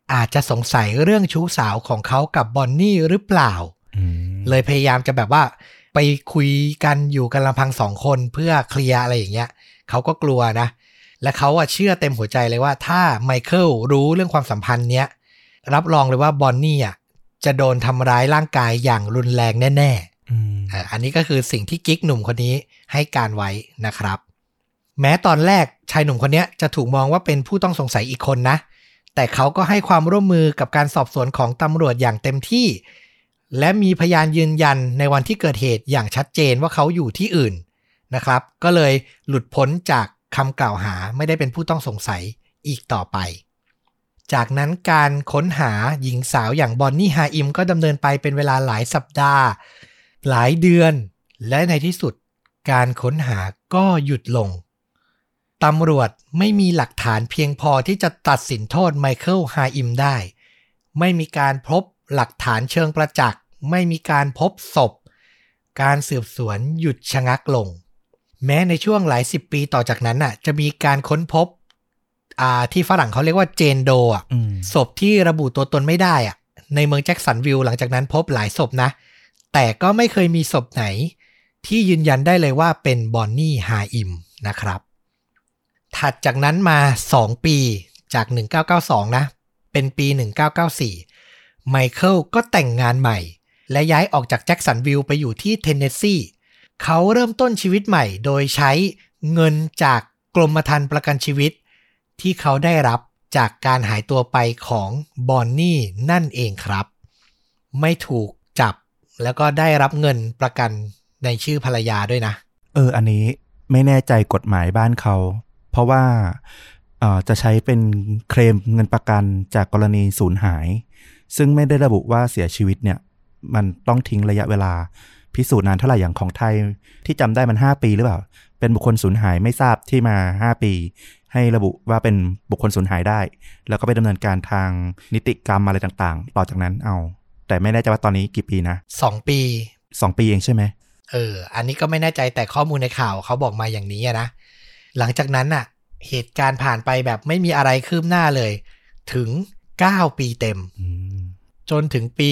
อาจจะสงสัยเรื่องชู้สาวของเขากับบอนนี่หรือเปล่าเลยพยายามจะแบบว่าไปคุยกันอยู่กันลำพัง2 คนเพื่อเคลียร์อะไรอย่างเงี้ยเขาก็กลัวนะและเขาเชื่อเต็มหัวใจเลยว่าถ้าไมเคิลรู้เรื่องความสัมพันธ์เนี้ยรับรองเลยว่าบอนนี่จะโดนทำร้ายร่างกายอย่างรุนแรงแน่ๆอันนี้ก็คือสิ่งที่กิ๊กหนุ่มคนนี้ให้การไว้นะครับแม้ตอนแรกชายหนุ่มคนนี้จะถูกมองว่าเป็นผู้ต้องสงสัยอีกคนนะแต่เขาก็ให้ความร่วมมือกับการสอบสวนของตำรวจอย่างเต็มที่และมีพยานยืนยันในวันที่เกิดเหตุอย่างชัดเจนว่าเขาอยู่ที่อื่นนะครับก็เลยหลุดพ้นจากคำกล่าวหาไม่ได้เป็นผู้ต้องสงสัยอีกต่อไปจากนั้นการค้นหาหญิงสาวอย่างบอนนี่ฮาอิมก็ดำเนินไปเป็นเวลาหลายสัปดาห์หลายเดือนและในที่สุดการค้นหาก็หยุดลงตำรวจไม่มีหลักฐานเพียงพอที่จะตัดสินโทษไมเคิลฮาอิมได้ไม่มีการพบหลักฐานเชิงประจักษ์ไม่มีการพบศพการสืบสวนหยุดชะงักลงแม้ในช่วงหลาย10 ปีต่อจากนั้นจะมีการค้นพบที่ฝรั่งเขาเรียกว่าเจนโดศพที่ระบุตัวตนไม่ได้ในเมืองแจ็คสันวิลล์หลังจากนั้นพบหลายศพนะแต่ก็ไม่เคยมีศพไหนที่ยืนยันได้เลยว่าเป็นบอนนี่ฮาอิมนะครับถัดจากนั้นมา2 ปีจาก1992นะเป็นปี1994ไมเคิลก็แต่งงานใหม่และย้ายออกจากแจ็คสันวิลล์ไปอยู่ที่เทนเนสซีเขาเริ่มต้นชีวิตใหม่โดยใช้เงินจากกรมธรรม์ประกันชีวิตที่เขาได้รับจากการหายตัวไปของบอนนี่นั่นเองครับไม่ถูกจับแล้วก็ได้รับเงินประกันในชื่อภรรยาด้วยนะอันนี้ไม่แน่ใจกฎหมายบ้านเขาเพราะว่าจะใช้เป็นเคลมเงินประกันจากกรณีสูญหายซึ่งไม่ได้ระบุว่าเสียชีวิตเนี่ยมันต้องทิ้งระยะเวลาพิสูจน์นานเท่าไหร่อย่างของไทยที่จำได้มัน5 ปีหรือเปล่าเป็นบุคคลสูญหายไม่ทราบที่มา5 ปีให้ระบุว่าเป็นบุคคลสูญหายได้แล้วก็ไปดำเนินการทางนิติกรรมอะไรต่างๆต่อจากนั้นแต่ไม่แน่ใจว่าตอนนี้กี่ปีนะ 2 ปี 2 ปีเองใช่ไหมอันนี้ก็ไม่แน่ใจแต่ข้อมูลในข่าวเขาบอกมาอย่างนี้นะหลังจากนั้นเหตุการณ์ผ่านไปแบบไม่มีอะไรคืบหน้าเลยถึง9 ปีเต็มจนถึงปี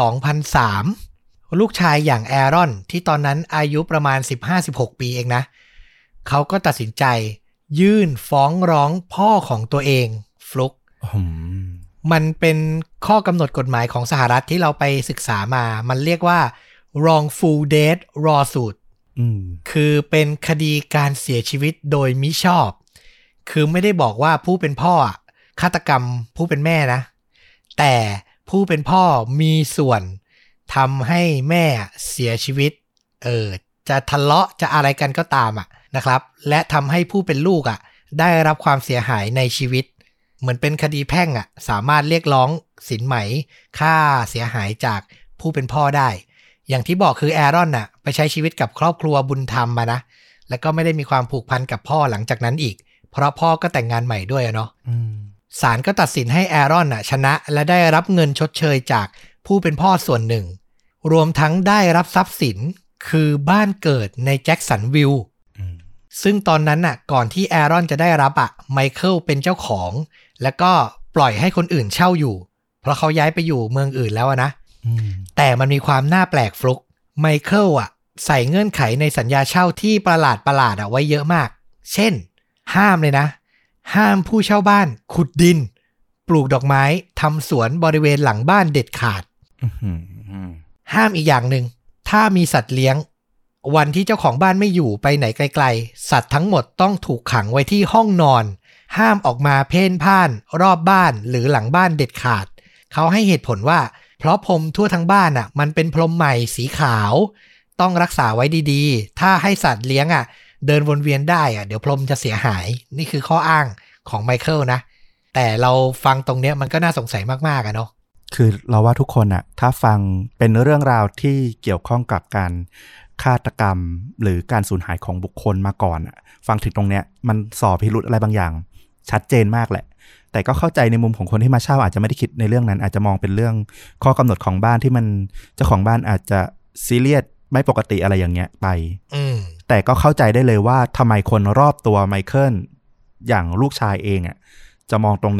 2003ลูกชายอย่างแอรอนที่ตอนนั้นอายุประมาณ 15-16 ปีเองนะเขาก็ตัดสินใจยื่นฟ้องร้องพ่อของตัวเองฟลุกมันเป็นข้อกำหนดกฎหมายของสหรัฐที่เราไปศึกษามามันเรียกว่า wrongful death lawsuit คือเป็นคดีการเสียชีวิตโดยมิชอบคือไม่ได้บอกว่าผู้เป็นพ่อฆาตกรรมผู้เป็นแม่นะแต่ผู้เป็นพ่อมีส่วนทำให้แม่เสียชีวิตจะทะเลาะจะอะไรกันก็ตามนะครับและทำให้ผู้เป็นลูกได้รับความเสียหายในชีวิตเหมือนเป็นคดีแพ่งสามารถเรียกร้องสินไหมค่าเสียหายจากผู้เป็นพ่อได้อย่างที่บอกคือแอรอนไปใช้ชีวิตกับครอบครัวบุญธรรมมานะแล้วก็ไม่ได้มีความผูกพันกับพ่อหลังจากนั้นอีกเพราะพ่อก็แต่งงานใหม่ด้วยเนาะศาลก็ตัดสินให้แอรอนชนะและได้รับเงินชดเชยจากผู้เป็นพ่อส่วนหนึ่งรวมทั้งได้รับทรัพย์สินคือบ้านเกิดในแจ็คสันวิลล์ซึ่งตอนนั้นก่อนที่แอรอนจะได้รับไมเคิลเป็นเจ้าของแล้วก็ปล่อยให้คนอื่นเช่าอยู่เพราะเขาย้ายไปอยู่เมืองอื่นแล้วนะแต่มันมีความน่าแปลกฟลุกไมเคิลใส่เงื่อนไขในสัญญาเช่าที่ประหลาดไว้เยอะมากเช่นห้ามเลยนะห้ามผู้เช่าบ้านขุดดินปลูกดอกไม้ทำสวนบริเวณหลังบ้านเด็ดขาดห้ามอีกอย่างหนึ่งถ้ามีสัตว์เลี้ยงวันที่เจ้าของบ้านไม่อยู่ไปไหนไกลๆสัตว์ทั้งหมดต้องถูกขังไว้ที่ห้องนอนห้ามออกมาเพ่นพ่านรอบบ้านหรือหลังบ้านเด็ดขาดเขาให้เหตุผลว่าเพราะพรมทั่วทั้งบ้านมันเป็นพรมใหม่สีขาวต้องรักษาไว้ดีๆถ้าให้สัตว์เลี้ยงเดินวนเวียนได้เดี๋ยวพรมจะเสียหายนี่คือข้ออ้างของไมเคิลนะแต่เราฟังตรงเนี้ยมันก็น่าสงสัยมากๆเนาะคือเราว่าทุกคนถ้าฟังเป็นเรื่องราวที่เกี่ยวข้องกับการฆาตกรรมหรือการสูญหายของบุคคลมาก่อนฟังถึงตรงเนี้ยมันส่อพิรุธอะไรบางอย่างชัดเจนมากแหละแต่ก็เข้าใจในมุมของคนที่มาเช่าอาจจะไม่ได้คิดในเรื่องนั้นอาจจะมองเป็นเรื่องข้อกำหนดของบ้านที่มันเจ้าของบ้านอาจจะซีเรียสไม่ปกติอะไรอย่างเงี้ยไปแต่ก็เข้าใจได้เลยว่าทำไมคนรอบตัวไมเคิลอย่างลูกชายเองจะมองตรงนี้แล้ว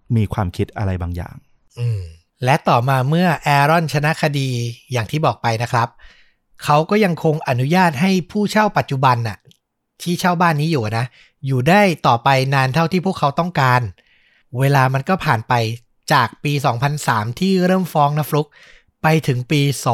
มีความคิดอะไรบางอย่างและต่อมาเมื่อแอรอนชนะคดีอย่างที่บอกไปนะครับเขาก็ยังคงอนุญาตให้ผู้เช่าปัจจุบันน่ะที่เช่าบ้านนี้อยู่นะอยู่ได้ต่อไปนานเท่าที่พวกเขาต้องการเวลามันก็ผ่านไปจากปี 2003 ที่เริ่มฟ้องนะฟลุกไปถึงปี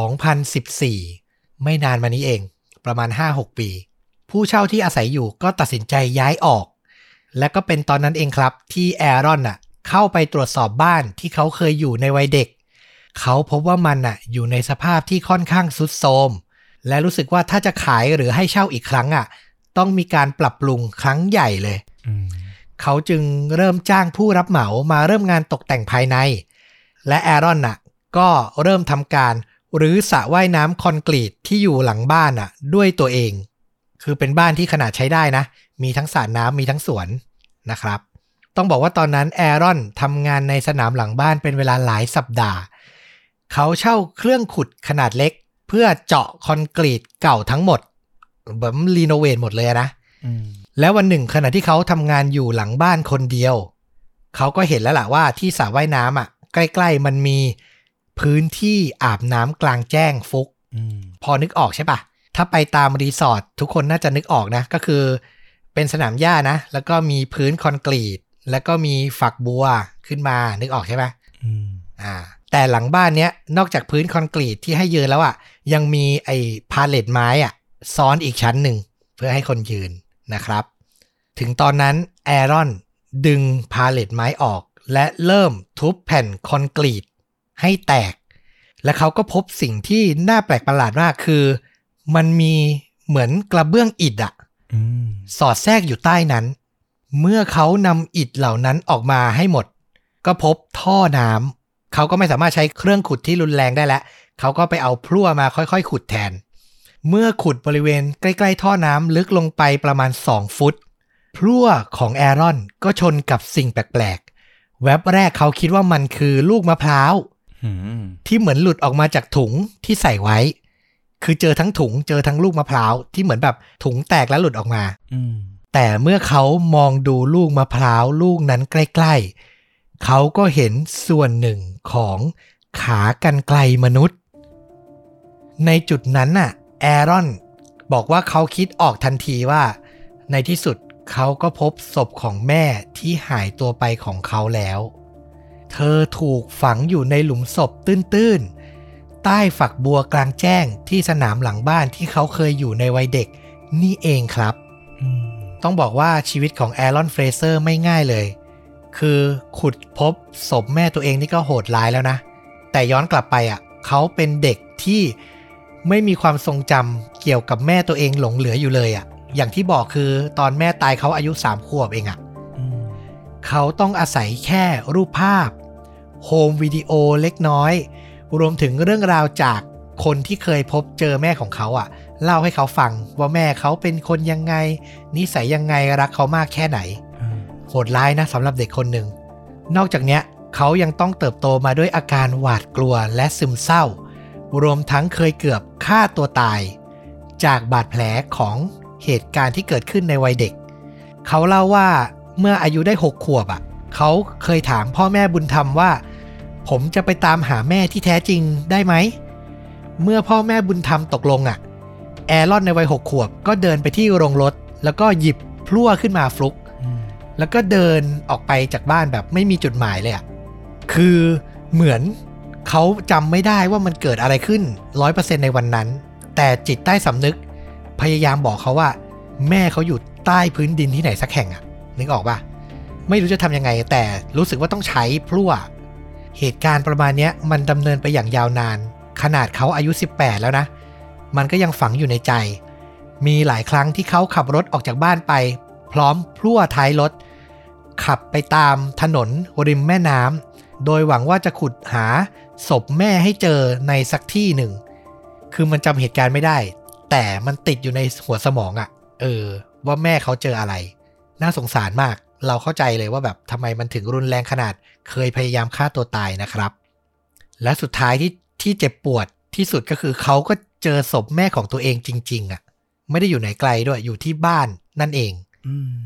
2014 ไม่นานมานี้เองประมาณ 5-6 ปีผู้เช่าที่อาศัยอยู่ก็ตัดสินใจย้ายออกและก็เป็นตอนนั้นเองครับที่แอรอนน่ะเข้าไปตรวจสอบบ้านที่เขาเคยอยู่ในวัยเด็กเขาพบว่ามันน่ะอยู่ในสภาพที่ค่อนข้างทรุดโทรมและรู้สึกว่าถ้าจะขายหรือให้เช่าอีกครั้งอ่ะต้องมีการปรับปรุงครั้งใหญ่เลยเขาจึงเริ่มจ้างผู้รับเหมามาเริ่มงานตกแต่งภายในและแอรอนน่ะก็เริ่มทำการรื้อสระว่ายน้ำคอนกรีตที่อยู่หลังบ้านน่ะด้วยตัวเองคือเป็นบ้านที่ขนาดใช้ได้นะมีทั้งสระน้ำมีทั้งสวนนะครับต้องบอกว่าตอนนั้นแอรอนทำงานในสนามหลังบ้านเป็นเวลาหลายสัปดาห์เขาเช่าเครื่องขุดขนาดเล็กเพื่อเจาะคอนกรีตเก่าทั้งหมดแบบรีโนเวทหมดเลยนะแล้ววันหนึ่งขณะที่เขาทำงานอยู่หลังบ้านคนเดียวเขาก็เห็นแล้วล่ะว่าที่สระว่ายน้ำอ่ะใกล้ๆมันมีพื้นที่อาบน้ำกลางแจ้งฟุกพอนึกออกใช่ปะถ้าไปตามรีสอร์ททุกคนน่าจะนึกออกนะก็คือเป็นสนามหญ้านะแล้วก็มีพื้นคอนกรีตแล้วก็มีฝักบัวขึ้นมานึกออกใช่ปะแต่หลังบ้านเนี้ยนอกจากพื้นคอนกรีตที่ให้ยืนแล้วอ่ะยังมีไอ้พาเลทไม้อ่ะซ้อนอีกชั้นหนึ่งเพื่อให้คนยืนนะครับถึงตอนนั้นแอรอนดึงพาเลทไม้ออกและเริ่มทุบแผ่นคอนกรีตให้แตกและเขาก็พบสิ่งที่น่าแปลกประหลาดมากคือมันมีเหมือนกระเบื้องอิฐอ่ะสอดแทรกอยู่ใต้นั้นเมื่อเขานำอิฐเหล่านั้นออกมาให้หมดก็พบท่อน้ำเขาก็ไม่สามารถใช้เครื่องขุดที่รุนแรงได้แล้วเขาก็ไปเอาพลั่วมาค่อยๆขุดแทนเมื่อขุดบริเวณใกล้ๆท่อน้ำลึกลงไปประมาณ2 ฟุตพลั่วของแอรอนก็ชนกับสิ่งแปลกๆแวบแรกเขาคิดว่ามันคือลูกมะพร้าวที่เหมือนหลุดออกมาจากถุงที่ใส่ไว้คือเจอทั้งถุงเจอทั้งลูกมะพร้าวที่เหมือนแบบถุงแตกแล้วหลุดออกมาแต่เมื่อเขามองดูลูกมะพร้าวลูกนั้นใกล้ๆเขาก็เห็นส่วนหนึ่งของขากรรไกรมนุษย์ในจุดนั้นน่ะแอรอนบอกว่าเขาคิดออกทันทีว่าในที่สุดเขาก็พบศพของแม่ที่หายตัวไปของเขาแล้วเธอถูกฝังอยู่ในหลุมศพตื้นๆใต้ฝักบัวกลางแจ้งที่สนามหลังบ้านที่เขาเคยอยู่ในวัยเด็กนี่เองครับต้องบอกว่าชีวิตของแอรอนเฟรเซอร์ไม่ง่ายเลยคือขุดพบศพแม่ตัวเองนี่ก็โหดร้ายแล้วนะแต่ย้อนกลับไปอ่ะเขาเป็นเด็กที่ไม่มีความทรงจำเกี่ยวกับแม่ตัวเองหลงเหลืออยู่เลยอ่ะอย่างที่บอกคือตอนแม่ตายเขาอายุ3 ขวบเองอ่ะเขาต้องอาศัยแค่รูปภาพโฮมวิดีโอเล็กน้อยรวมถึงเรื่องราวจากคนที่เคยพบเจอแม่ของเขาอ่ะเล่าให้เขาฟังว่าแม่เขาเป็นคนยังไงนิสัยยังไงรักเขามากแค่ไหนโหดร้ายนะสำหรับเด็กคนหนึ่งนอกจากเนี้ยเขายังต้องเติบโตมาด้วยอาการหวาดกลัวและซึมเศร้ารวมทั้งเคยเกือบฆ่าตัวตายจากบาดแผลของเหตุการณ์ที่เกิดขึ้นในวัยเด็กเขาเล่าว่าเมื่ออายุได้6 ขวบอ่ะเขาเคยถามพ่อแม่บุญธรรมว่าผมจะไปตามหาแม่ที่แท้จริงได้ไหมเมื่อพ่อแม่บุญธรรมตกลงอ่ะแอรอนในวัย6 ขวบก็เดินไปที่โรงรถแล้วก็หยิบพลั่วขึ้นมาฟลุกแล้วก็เดินออกไปจากบ้านแบบไม่มีจุดหมายเลยอ่ะคือเหมือนเขาจำไม่ได้ว่ามันเกิดอะไรขึ้น 100% ในวันนั้นแต่จิตใต้สำนึกพยายามบอกเขาว่าแม่เขาอยู่ใต้พื้นดินที่ไหนสักแห่งอ่ะนึกออกป่ะไม่รู้จะทำยังไงแต่รู้สึกว่าต้องใช้พลั่วเหตุการณ์ประมาณนี้มันดำเนินไปอย่างยาวนานขนาดเขาอายุ18แล้วนะมันก็ยังฝังอยู่ในใจมีหลายครั้งที่เขาขับรถออกจากบ้านไปพร้อมพลั่วท้ายรถขับไปตามถนนริมแม่น้ำโดยหวังว่าจะขุดหาศพแม่ให้เจอในสักที่หนึ่งคือมันจำเหตุการณ์ไม่ได้แต่มันติดอยู่ในหัวสมองอ่ะว่าแม่เขาเจออะไรน่าสงสารมากเราเข้าใจเลยว่าแบบทำไมมันถึงรุนแรงขนาดเคยพยายามฆ่าตัวตายนะครับและสุดท้ายที่เจ็บปวดที่สุดก็คือเขาก็เจอศพแม่ของตัวเองจริงๆอ่ะไม่ได้อยู่ไหนไกลด้วยอยู่ที่บ้านนั่นเอง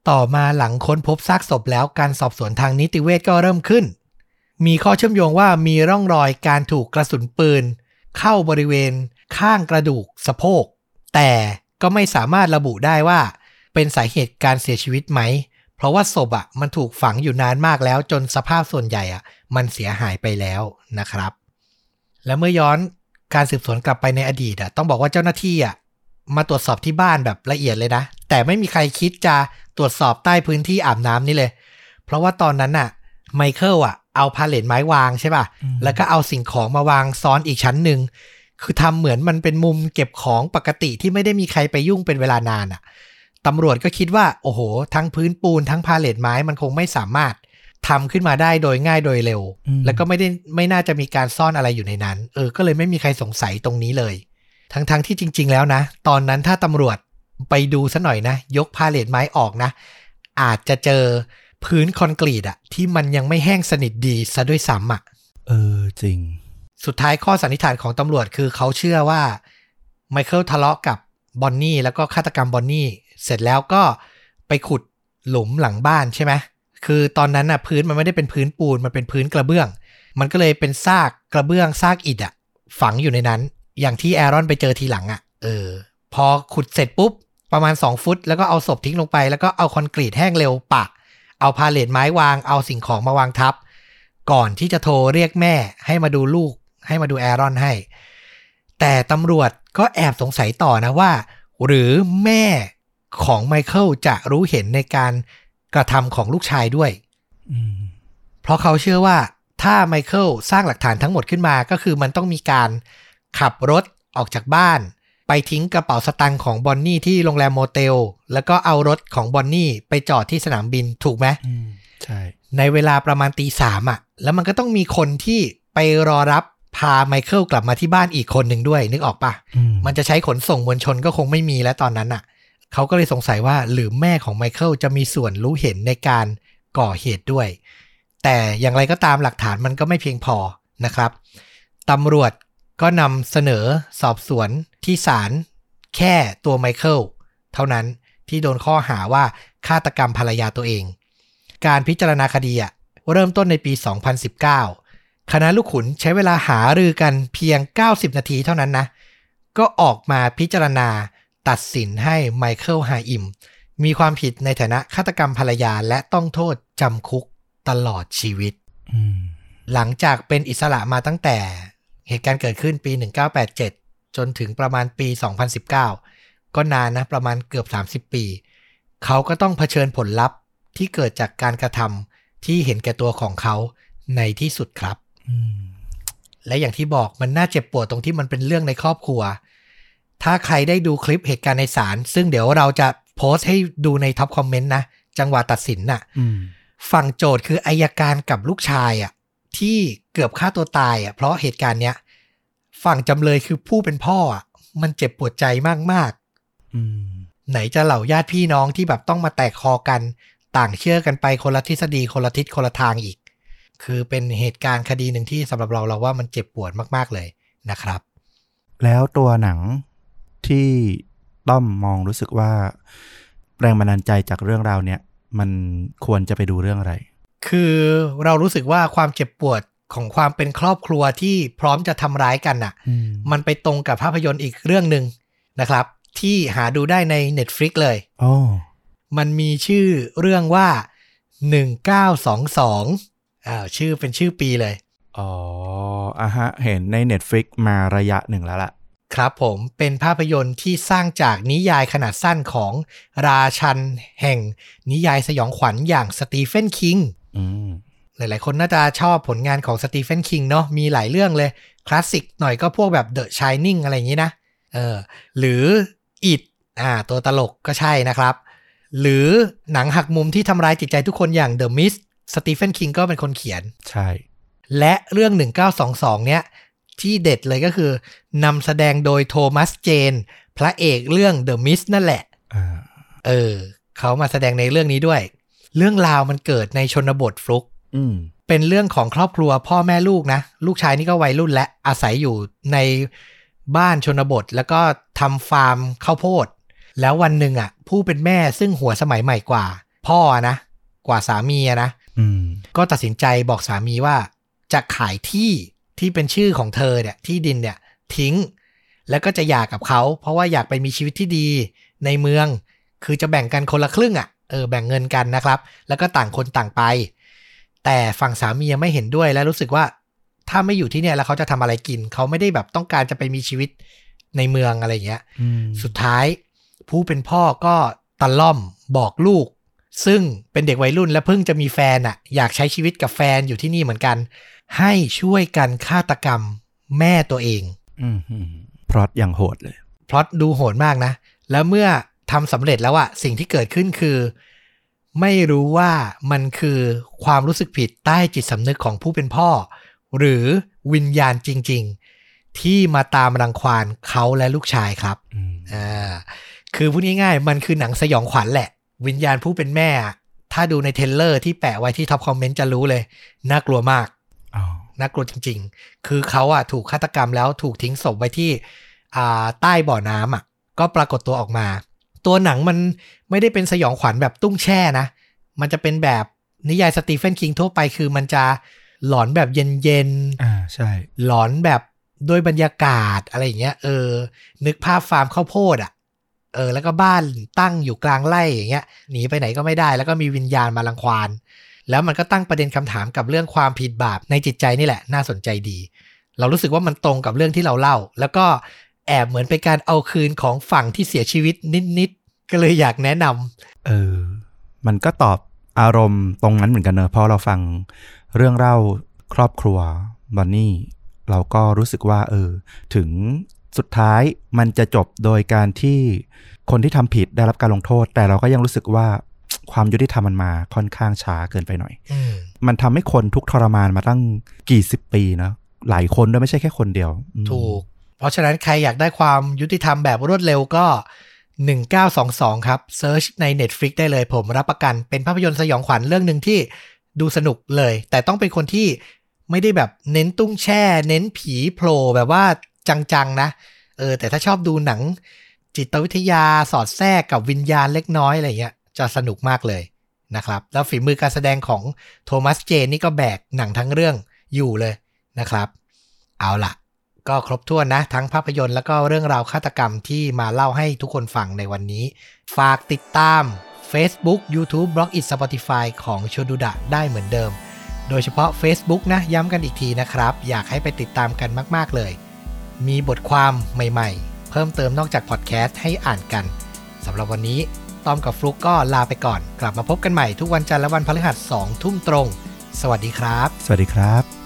ต่อมาหลังค้นพบซากศพแล้วการสอบสวนทางนิติเวชก็เริ่มขึ้นมีข้อเชื่อมโยงว่ามีร่องรอยการถูกกระสุนปืนเข้าบริเวณข้างกระดูกสะโพกแต่ก็ไม่สามารถระบุได้ว่าเป็นสาเหตุการเสียชีวิตไหมเพราะว่าศพมันถูกฝังอยู่นานมากแล้วจนสภาพส่วนใหญ่มันเสียหายไปแล้วนะครับและเมื่อย้อนการสืบสวนกลับไปในอดีตต้องบอกว่าเจ้าหน้าที่มาตรวจสอบที่บ้านแบบละเอียดเลยนะแต่ไม่มีใครคิดจะตรวจสอบใต้พื้นที่อาบน้ำนี่เลยเพราะว่าตอนนั้นไมเคิลเอาพาเลทไม้วางใช่ป่ะแล้วก็เอาสิ่งของมาวางซ้อนอีกชั้นหนึ่งคือทำเหมือนมันเป็นมุมเก็บของปกติที่ไม่ได้มีใครไปยุ่งเป็นเวลานานตำรวจก็คิดว่าโอ้โหทั้งพื้นปูนทั้งพาเลทไม้มันคงไม่สามารถทำขึ้นมาได้โดยง่ายโดยเร็วแล้วก็ไม่น่าจะมีการซ่อนอะไรอยู่ในนั้นก็เลยไม่มีใครสงสัยตรงนี้เลยทั้งที่จริงๆแล้วนะตอนนั้นถ้าตำรวจไปดูซะหน่อยนะยกพาเลทไม้ออกนะอาจจะเจอพื้นคอนกรีตที่มันยังไม่แห้งสนิทดีซะด้วยซ้ำจริงสุดท้ายข้อสันนิษฐานของตำรวจคือเขาเชื่อว่าไมเคิลทะเลาะกับบอนนี่แล้วก็ฆาตกรรมบอนนี่เสร็จแล้วก็ไปขุดหลุมหลังบ้านใช่ไหมคือตอนนั้นพื้นมันไม่ได้เป็นพื้นปูนมันเป็นพื้นกระเบื้องมันก็เลยเป็นซากกระเบื้องซากอิฐฝังอยู่ในนั้นอย่างที่แอรอนไปเจอทีหลังพอขุดเสร็จปุ๊บประมาณ2ฟุตแล้วก็เอาศพทิ้งลงไปแล้วก็เอาคอนกรีตแห้งเร็วปะเอาพาเลทไม้วางเอาสิ่งของมาวางทับก่อนที่จะโทรเรียกแม่ให้มาดูลูกให้มาดูแอรอนให้แต่ตำรวจก็แอบสงสัยต่อนะว่าหรือแม่ของไมเคิลจะรู้เห็นในการกระทำของลูกชายด้วยเพราะเขาเชื่อว่าถ้าไมเคิลสร้างหลักฐานทั้งหมดขึ้นมาก็คือมันต้องมีการขับรถออกจากบ้านไปทิ้งกระเป๋าสตางค์ของบอนนี่ที่โรงแรมโมเทลแล้วก็เอารถของบอนนี่ไปจอดที่สนามบินถูกไหมใช่ในเวลาประมาณ 3:00 แล้วมันก็ต้องมีคนที่ไปรอรับพาไมเคิลกลับมาที่บ้านอีกคนหนึ่งด้วยนึกออกปะมันจะใช้ขนส่งมวลชนก็คงไม่มีแล้วตอนนั้นเขาก็เลยสงสัยว่าหรือแม่ของไมเคิลจะมีส่วนรู้เห็นในการก่อเหตุด้วยแต่อย่างไรก็ตามหลักฐานมันก็ไม่เพียงพอนะครับตำรวจก็นำเสนอสอบสวนที่ศาลแค่ตัวไมเคิลเท่านั้นที่โดนข้อหาว่าฆาตกรรมภรรยาตัวเองการพิจารณาคดีเริ่มต้นในปี 2019 คณะลูกขุนใช้เวลาหารือกันเพียง90นาทีเท่านั้นนะก็ออกมาพิจารณาตัดสินให้ไมเคิลฮาอิมมีความผิดในฐานะฆาตกรรมภรรยาและต้องโทษจำคุกตลอดชีวิตหลังจากเป็นอิสระมาตั้งแต่เหตุการณ์เกิดขึ้นปี1987จนถึงประมาณปี2019ก็นานนะประมาณเกือบ30ปีเขาก็ต้องเผชิญผลลัพธ์ที่เกิดจากการกระทำที่เห็นแก่ตัวของเขาในที่สุดครับและอย่างที่บอกมันน่าเจ็บปวดตรงที่มันเป็นเรื่องในครอบครัวถ้าใครได้ดูคลิปเหตุการณ์ในศาลซึ่งเดี๋ยวเราจะโพสต์ให้ดูในท็อปคอมเมนต์นะจังหวะตัดสินฝั่งโจทย์คืออัยการกับลูกชายที่เกือบฆ่าตัวตายเพราะเหตุการณ์เนี้ยฝั่งจำเลยคือผู้เป็นพ่อมันเจ็บปวดใจมากๆไหนจะเหล่าญาติพี่น้องที่แบบต้องมาแตกคอกันต่างเชื่อกันไปคนละทฤษฎีคนละทิศคนละทางอีกคือเป็นเหตุการณ์คดีหนึ่งที่สำหรับเราว่ามันเจ็บปวดมากๆเลยนะครับแล้วตัวหนังที่ต้อมมองรู้สึกว่าแรงบันดาลใจจากเรื่องราวเนี้ยมันควรจะไปดูเรื่องอะไรคือเรารู้สึกว่าความเจ็บปวดของความเป็นครอบครัวที่พร้อมจะทำร้ายกันมันไปตรงกับภาพยนตร์อีกเรื่องนึงนะครับที่หาดูได้ใน Netflix เลยมันมีชื่อเรื่องว่า1922ชื่อเป็นชื่อปีเลยเห็นใน Netflix มาระยะหนึ่งแล้วล่ะครับผมเป็นภาพยนตร์ที่สร้างจากนิยายขนาดสั้นของราชันแห่งนิยายสยองขวัญอย่างสตีเฟนคิงหลายๆคนน่าจะชอบผลงานของสตีเฟนคิงเนาะมีหลายเรื่องเลยคลาสสิกหน่อยก็พวกแบบ The Shining อะไรอย่างนี้นะหรือ It ตัวตลกก็ใช่นะครับหรือหนังหักมุมที่ทำร้ายจิตใจทุกคนอย่าง The Mist สตีเฟนคิงก็เป็นคนเขียนใช่และเรื่อง1922เนี้ยที่เด็ดเลยก็คือนำแสดงโดยโทมัสเจนพระเอกเรื่อง The Mist นั่นแหละเขามาแสดงในเรื่องนี้ด้วยเรื่องราวมันเกิดในชนบทฟลุกเป็นเรื่องของครอบครัวพ่อแม่ลูกนะลูกชายนี่ก็วัยรุ่นและอาศัยอยู่ในบ้านชนบทแล้วก็ทำฟาร์มข้าวโพดแล้ววันหนึ่งผู้เป็นแม่ซึ่งหัวสมัยใหม่กว่าพ่อนะกว่าสามีนะก็ตัดสินใจบอกสามีว่าจะขายที่เป็นชื่อของเธอเนี่ยที่ดินเนี่ยทิ้งแล้วก็จะหย่ากับเขาเพราะว่าอยากไปมีชีวิตที่ดีในเมืองคือจะแบ่งกันคนละครึ่งแบ่งเงินกันนะครับแล้วก็ต่างคนต่างไปแต่ฝั่งสามีไม่เห็นด้วยและรู้สึกว่าถ้าไม่อยู่ที่เนี่ยแล้วเขาจะทำอะไรกินเขาไม่ได้แบบต้องการจะไปมีชีวิตในเมืองอะไรเงี้ยสุดท้ายผู้เป็นพ่อก็ตะล่อมบอกลูกซึ่งเป็นเด็กวัยรุ่นและเพิ่งจะมีแฟนอยากใช้ชีวิตกับแฟนอยู่ที่นี่เหมือนกันให้ช่วยกันฆาตกรรมแม่ตัวเองพล็อตอย่างโหดเลยพล็อตดูโหดมากนะแล้วเมื่อทำสำเร็จแล้วสิ่งที่เกิดขึ้นคือไม่รู้ว่ามันคือความรู้สึกผิดใต้จิตสำนึกของผู้เป็นพ่อหรือวิญญาณจริงๆที่มาตามรังควานเขาและลูกชายครับคือพูดง่ายๆมันคือหนังสยองขวัญแหละวิญญาณผู้เป็นแม่ถ้าดูในเทรลเลอร์ที่แปะไว้ที่ท็อปคอมเมนต์จะรู้เลยน่ากลัวมากน่ากลัวจริงๆคือเขาถูกฆาตกรรมแล้วถูกทิ้งศพไว้ที่ใต้บ่อน้ำก็ปรากฏตัวออกมาตัวหนังมันไม่ได้เป็นสยองขวัญแบบตุ้งแช่นะมันจะเป็นแบบนิยายสตีเฟนคิงทั่วไปคือมันจะหลอนแบบเย็นๆใช่หลอนแบบด้วยบรรยากาศอะไรอย่างเงี้ยนึกภาพฟาร์มข้าวโพดแล้วก็บ้านตั้งอยู่กลางไร่อย่างเงี้ยหนีไปไหนก็ไม่ได้แล้วก็มีวิญญาณมารังควานแล้วมันก็ตั้งประเด็นคำถามกับเรื่องความผิดบาปในจิตใจนี่แหละน่าสนใจดีเรารู้สึกว่ามันตรงกับเรื่องที่เราเล่าแล้วก็แอบเหมือนเป็นการเอาคืนของฝั่งที่เสียชีวิตนิดๆก็เลยอยากแนะนำมันก็ตอบอารมณ์ตรงนั้นเหมือนกันเนอะเพราะเราฟังเรื่องเล่าครอบครัวบอนนี่เราก็รู้สึกว่าถึงสุดท้ายมันจะจบโดยการที่คนที่ทำผิดได้รับการลงโทษแต่เราก็ยังรู้สึกว่าความยุติธรรมมันมาค่อนข้างช้าเกินไปหน่อยมันทำให้คนทุกทรมานมาตั้งกี่สิบปีนะหลายคนด้วยไม่ใช่แค่คนเดียวถูกเพราะฉะนั้นใครอยากได้ความยุติธรรมแบบรวดเร็วก็1922ครับเซิร์ชใน Netflix ได้เลยผมรับประกันเป็นภาพยนตร์สยองขวัญเรื่องนึงที่ดูสนุกเลยแต่ต้องเป็นคนที่ไม่ได้แบบเน้นตุ้งแช่เน้นผีโผล่แบบว่าจังๆนะแต่ถ้าชอบดูหนังจิตวิทยาสอดแทรกกับวิญญาณเล็กน้อยอะไรเงี้ยจะสนุกมากเลยนะครับแล้วฝีมือการแสดงของโทมัสเจนนี่ก็แบกหนังทั้งเรื่องอยู่เลยนะครับเอาล่ะก็ครบถ้วนนะทั้งภาพยนตร์แล้วก็เรื่องราวฆาตกรรมที่มาเล่าให้ทุกคนฟังในวันนี้ฝากติดตาม Facebook YouTube Blogit Spotify ของชวนดูดะได้เหมือนเดิมโดยเฉพาะ Facebook นะย้ำกันอีกทีนะครับอยากให้ไปติดตามกันมากๆเลยมีบทความใหม่ๆเพิ่มเติมนอกจากพอดแคสต์ให้อ่านกันสำหรับวันนี้ต้อมกับฟลุกก็ลาไปก่อนกลับมาพบกันใหม่ทุกวันจันทร์และวันพฤหัส 20:00 น.ตรงสวัสดีครับสวัสดีครับ